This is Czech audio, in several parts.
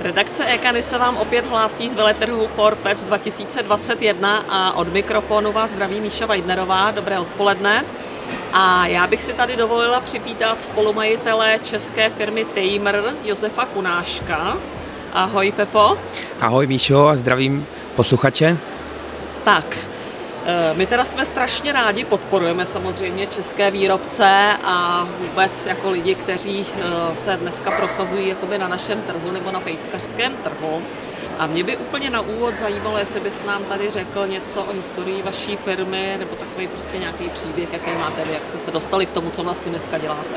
Redakce e-Kany se vám opět hlásí z veletrhu For Pets 2021 a od mikrofonu vás zdraví Míša Weidnerová. Dobré odpoledne. A já bych si tady dovolila přivítat spolumajitele české firmy Tamer Josefa Kunáška. Ahoj Pepo. Ahoj Míšo a zdravím posluchače. Tak, my teda jsme strašně rádi, podporujeme samozřejmě české výrobce a vůbec jako lidi, kteří se dneska prosazují jakoby na našem trhu nebo na pejskařském trhu. A mě by úplně na úvod zajímalo, jestli bys nám tady řekl něco o historii vaší firmy nebo takový prostě nějaký příběh, jaký máte vy, jak jste se dostali k tomu, co vlastně dneska děláte.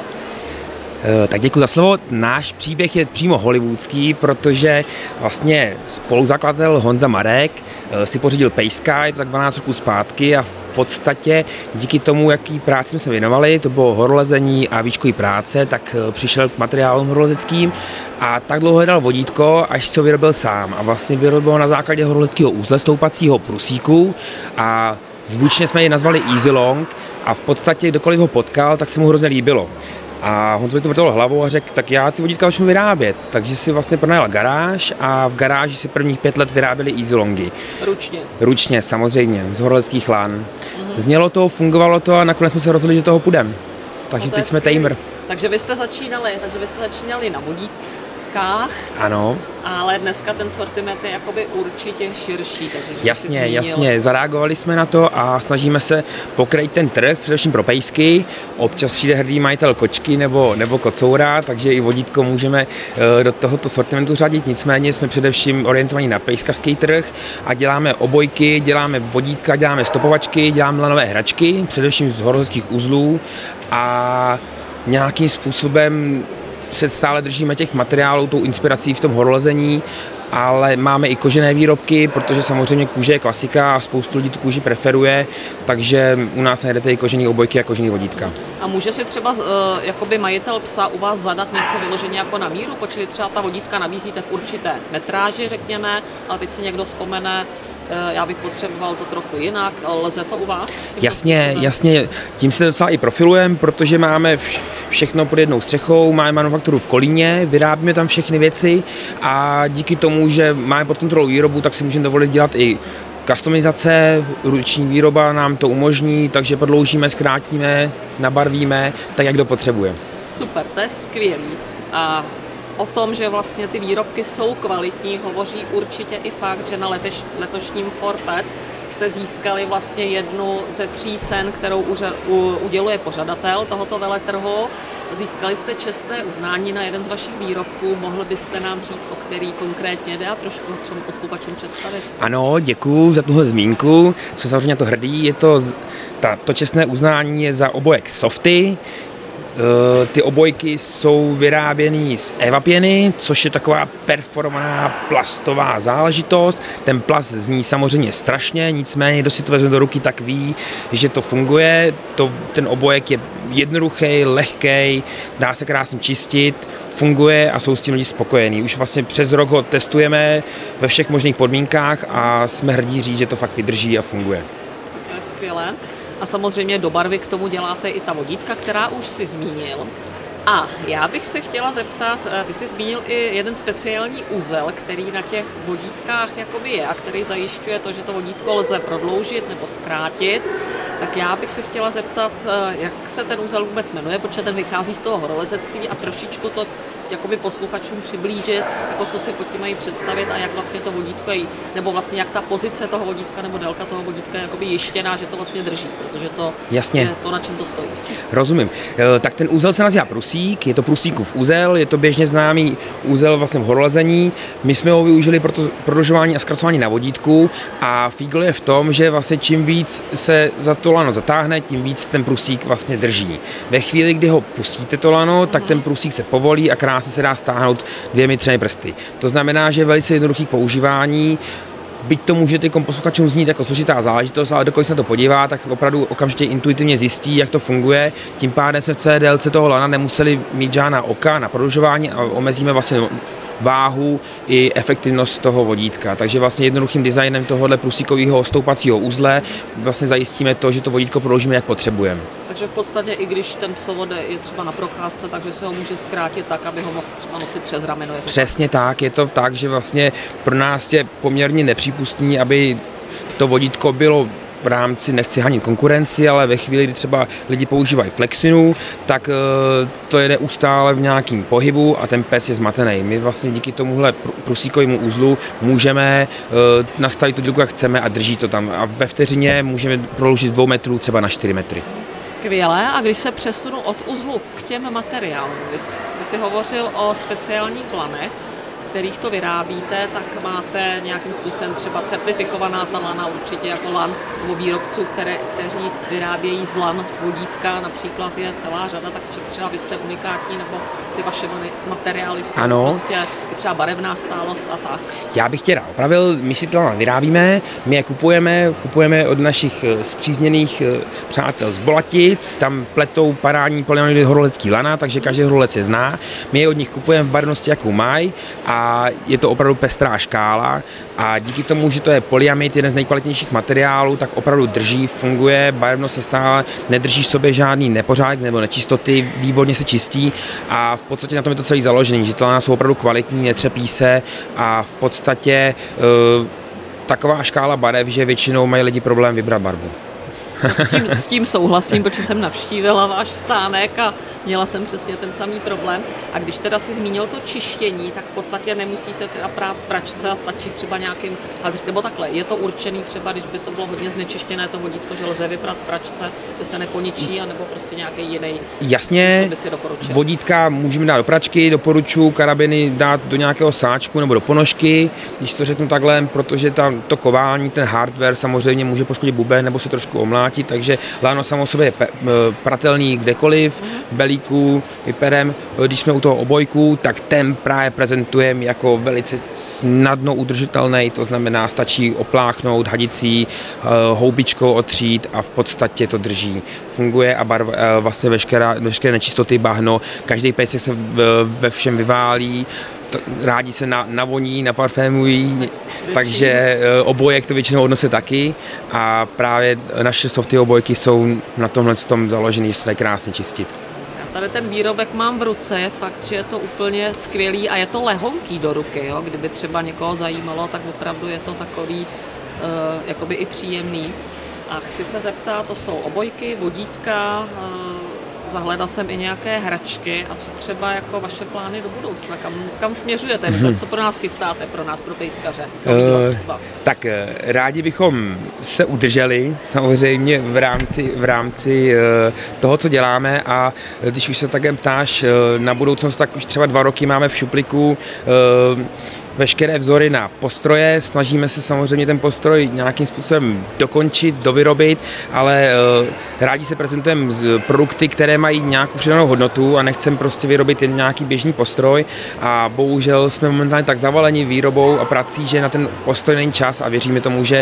Tak děkuji za slovo. Náš příběh je přímo hollywoodský, protože vlastně spoluzakladatel Honza Marek si pořídil pejska, je to tak 12 roků zpátky a v podstatě díky tomu, jaký práci jsme se věnovali, to bylo horolezení a výškový práce, tak přišel k materiálům horolezeckým a tak dlouho hledal vodítko, až se ho vyrobil sám a vlastně vyrobil ho na základě horolezeckého uzle stoupacího prusíku a zvučně jsme ji nazvali Easy Long a v podstatě kdokoliv ho potkal, tak se mu hrozně líbilo. A Honzo mi to vrtalo hlavou a řekl, tak já ty vodítka začnu vyrábět. Takže si vlastně pronajal garáž a v garáži si prvních 5 let vyráběli Easy Longy. Ručně? Ručně, samozřejmě, z horolezeckých lan. Znělo to, fungovalo to a nakonec jsme se rozhodli, že toho půjdeme. Takže teď jsme Tamer. Takže vy jste začínali na vodítkách. Ano. Ale dneska ten sortiment je jakoby určitě širší. Takže jasně, zareagovali jsme na to a snažíme se pokrýt ten trh, především pro pejsky. Občas přijde hrdý majitel kočky nebo kocoura, takže i vodítko můžeme do tohoto sortimentu řadit. Nicméně jsme především orientovaní na pejskařský trh a děláme obojky, děláme vodítka, děláme stopovačky, děláme lanové hračky, především z horolezeckých uzlů a nějakým způsobem se stále držíme těch materiálů, tou inspirací v tom horolezení, ale máme i kožené výrobky, protože samozřejmě kůže je klasika a spoustu lidí tu kůži preferuje, takže u nás najdete i kožené obojky a kožené vodítka. A může si třeba jakoby majitel psa u vás zadat něco vyloženě jako na míru, počili třeba ta vodítka nabízíte v určité metráži, řekněme, ale teď si někdo vzpomene, já bych potřeboval to trochu jinak, lze to u vás? Jasně, tím se docela i profilujeme, protože máme všechno pod jednou střechou, máme manufakturu v Kolíně, vyrábíme tam všechny věci a díky tomu, že máme pod kontrolou výrobu, tak si můžeme dovolit dělat i customizace, ruční výroba nám to umožní, takže prodloužíme, zkrátíme, nabarvíme, tak jak kdo potřebuje. Super, to je skvělý. A o tom, že vlastně ty výrobky jsou kvalitní, hovoří určitě i fakt, že na letošním For Pets jste získali vlastně jednu ze 3 cen, kterou uděluje pořadatel tohoto veletrhu. Získali jste čestné uznání na jeden z vašich výrobků. Mohli byste nám říct, o který konkrétně jde a trošku třeba posluchačům představit? Ano, děkuju za tuhle zmínku. Jsme samozřejmě na to hrdí. Je to čestné uznání je za obojek Softy. Ty obojky jsou vyráběny z evapěny, což je taková perforovaná plastová záležitost. Ten plast zní samozřejmě strašně, nicméně kdo si to vezme do ruky, tak ví, že to funguje. Ten obojek je jednoduchý, lehkej, dá se krásně čistit, funguje a jsou s tím lidi spokojení. Už vlastně přes rok ho testujeme ve všech možných podmínkách a jsme hrdí říct, že to fakt vydrží a funguje. To je skvělé. A samozřejmě do barvy k tomu děláte i ta vodítka, která už si zmínil. A já bych se chtěla zeptat, ty jsi zmínil i jeden speciální uzel, který na těch vodítkách jakoby je a který zajišťuje to, že to vodítko lze prodloužit nebo zkrátit. Tak já bych se chtěla zeptat, jak se ten uzel vůbec jmenuje, protože ten vychází z toho horolezectví a trošičku to jakoby posluchačům přiblížit, jako co si pod tím mají představit a jak vlastně to vodítko je, nebo vlastně jak ta pozice toho vodítka nebo délka toho vodítka je jakoby jištěná, že to vlastně drží, protože to je to, na čem to stojí. Rozumím. Tak ten úzel se nazývá prusík, je to prusíkův úzel, je to běžně známý úzel vlastně v horolezení. My jsme ho využili pro to prodlužování a zkracování na vodítku a fígl je v tom, že vlastně čím víc se za to lano zatáhne, tím víc ten prusík vlastně drží. Ve chvíli, kdy ho pustíte to lano, tak ten prusík se povolí a krásně se dá stáhnout 2-3 prsty. To znamená, že je velice jednoduchý k používání. Byť to může ty posluchačům znít jako složitá záležitost, ale kdokoliv se na to podívá, tak opravdu okamžitě intuitivně zjistí, jak to funguje. Tím pádem jsme v celé délce toho lana nemuseli mít žádná oka na prodlužování a omezíme vlastně váhu i efektivnost toho vodítka. Takže vlastně jednoduchým designem tohohle průsíkového stoupacího uzle vlastně zajistíme to, že to vodítko prodloužíme, jak potřebujeme. Takže v podstatě i když ten psovod je třeba na procházce, takže se ho může zkrátit tak, aby ho mohl třeba nosit přes rameno. Přesně tak, je to tak, že vlastně pro nás je poměrně nepřípustný, aby to vodítko bylo v rámci, nechci hanit konkurenci, ale ve chvíli, kdy třeba lidi používají flexinu, tak to je neustále v nějakém pohybu a ten pes je zmatený. My vlastně díky tomuhle průsíkovému uzlu můžeme nastavit tu dílku, jak chceme a drží to tam. A ve vteřině můžeme prodloužit z 2 metrů třeba na 4 metry. Skvělé. A když se přesunu od uzlu k těm materiálům, ty jsi hovořil o speciálních lanech, z kterých to vyrábíte, tak máte nějakým způsobem třeba certifikovaná ta lana určitě jako lan nebo výrobců, kteří vyrábějí z lan vodítka, například je celá řada, tak třeba vy jste unikátní, nebo ty vaše materiály jsou prostě třeba barevná stálost a tak. Já bych tě rád opravil, my si to lan vyrábíme, my je kupujeme od našich spřízněných přátel z Bolatic, tam pletou parádní polyamidový horolecký lana, takže každý horolec je zná. My je od nich kupujeme v barevnosti, jakou mají, a je to opravdu pestrá škála a díky tomu, že to je polyamid, jeden z nejkvalitnějších materiálů, tak opravdu drží, funguje, barevnost se stále, nedrží sobě žádný nepořádek nebo nečistoty, výborně se čistí a v podstatě na tom je to celý založený, že ty lana jsou opravdu kvalitní, netřepí se a v podstatě taková škála barev, že většinou mají lidi problém vybrat barvu. S tím souhlasím, protože jsem navštívila váš stánek a měla jsem přesně ten samý problém. A když teda si zmínil to čištění, tak v podstatě nemusí se teda prát v pračce a stačí třeba nějakým, nebo takhle, je to určený třeba, když by to bylo hodně znečištěné to vodítko, že lze vyprat v pračce, že se neponičí, anebo prostě nějaký jiný způsob by si doporučil. Vodítka můžeme dát do pračky, doporučuji karabiny dát do nějakého sáčku nebo do ponožky, když to řeknu takhle, protože tam to kování, ten hardware samozřejmě může poškodit buben nebo se trošku omlát. Takže lano samo sobě je pratelný kdekoliv, belíku, vyperem. Když jsme u toho obojku, tak ten právě prezentujeme jako velice snadno udržitelný, to znamená stačí opláchnout hadicí, houbičkou otřít a v podstatě to drží. Funguje a vlastně veškeré nečistoty, bahno, každý pejsek se ve všem vyválí, rádi se navoní, naparfémují, takže obojek to většinou odnosí taky a právě naše softy obojky jsou na tomhle tom založený, že se dají krásně čistit. Já tady ten výrobek mám v ruce, je fakt, že je to úplně skvělý a je to lehonký do ruky, jo? Kdyby třeba někoho zajímalo, tak opravdu je to takový jakoby i příjemný. A chci se zeptat, to jsou obojky, vodítka, zahledal jsem i nějaké hračky a co třeba jako vaše plány do budoucna, kam směřujete, co pro nás chystáte, pro nás, pro pejskaře? Tak rádi bychom se udrželi samozřejmě v rámci toho, co děláme a když už se také ptáš na budoucnost, tak už třeba 2 roky máme v šuplíku veškeré vzory na postroje, snažíme se samozřejmě ten postroj nějakým způsobem dokončit, dovyrobit, ale rádi se prezentujeme z produkty, které mají nějakou přidanou hodnotu a nechceme prostě vyrobit jen nějaký běžný postroj a bohužel jsme momentálně tak zavaleni výrobou a prací, že na ten postroj není čas a věříme tomu, že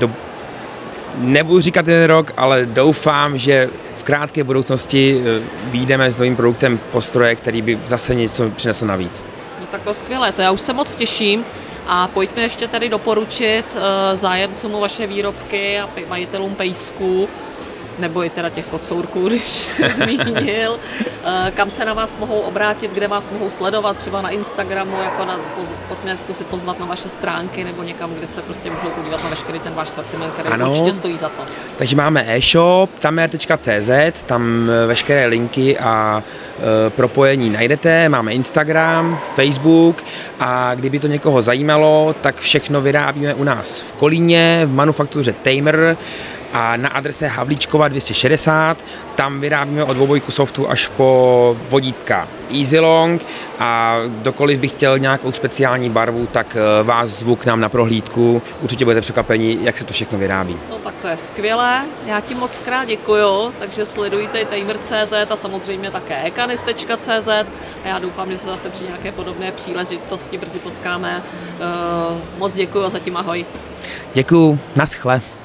nebudu říkat 1 rok, ale doufám, že v krátké budoucnosti vyjdeme s novým produktem postroje, který by zase něco přinesl navíc. Tak to skvělé, to já už se moc těším a pojďme ještě tady doporučit zájemcům o vaše výrobky a majitelům pejsků, nebo i teda těch kocourků, když se zmínil, kam se na vás mohou obrátit, kde vás mohou sledovat, třeba na Instagramu, jako pojďme zkusit pozvat na vaše stránky nebo někam, kde se prostě můžou podívat na veškerý ten váš sortiment, který určitě stojí za to. Takže máme e-shop tamer.cz, tam veškeré linky a propojení najdete, máme Instagram, Facebook a kdyby to někoho zajímalo, tak všechno vyrábíme u nás v Kolíně, v manufaktuře Tamer a na adrese Havlíčkova 260, tam vyrábíme od obojku softu až po vodítka EasyLong a kdokoliv by chtěl nějakou speciální barvu, tak vás zvu k nám na prohlídku, určitě budete překvapeni, jak se to všechno vyrábí. No tak to je skvělé, já ti moc krát děkuju, takže sledujte Tamer.cz a samozřejmě také ekanis.cz a já doufám, že se zase při nějaké podobné příležitosti brzy potkáme. Moc děkuju a zatím ahoj. Děkuju, naschle.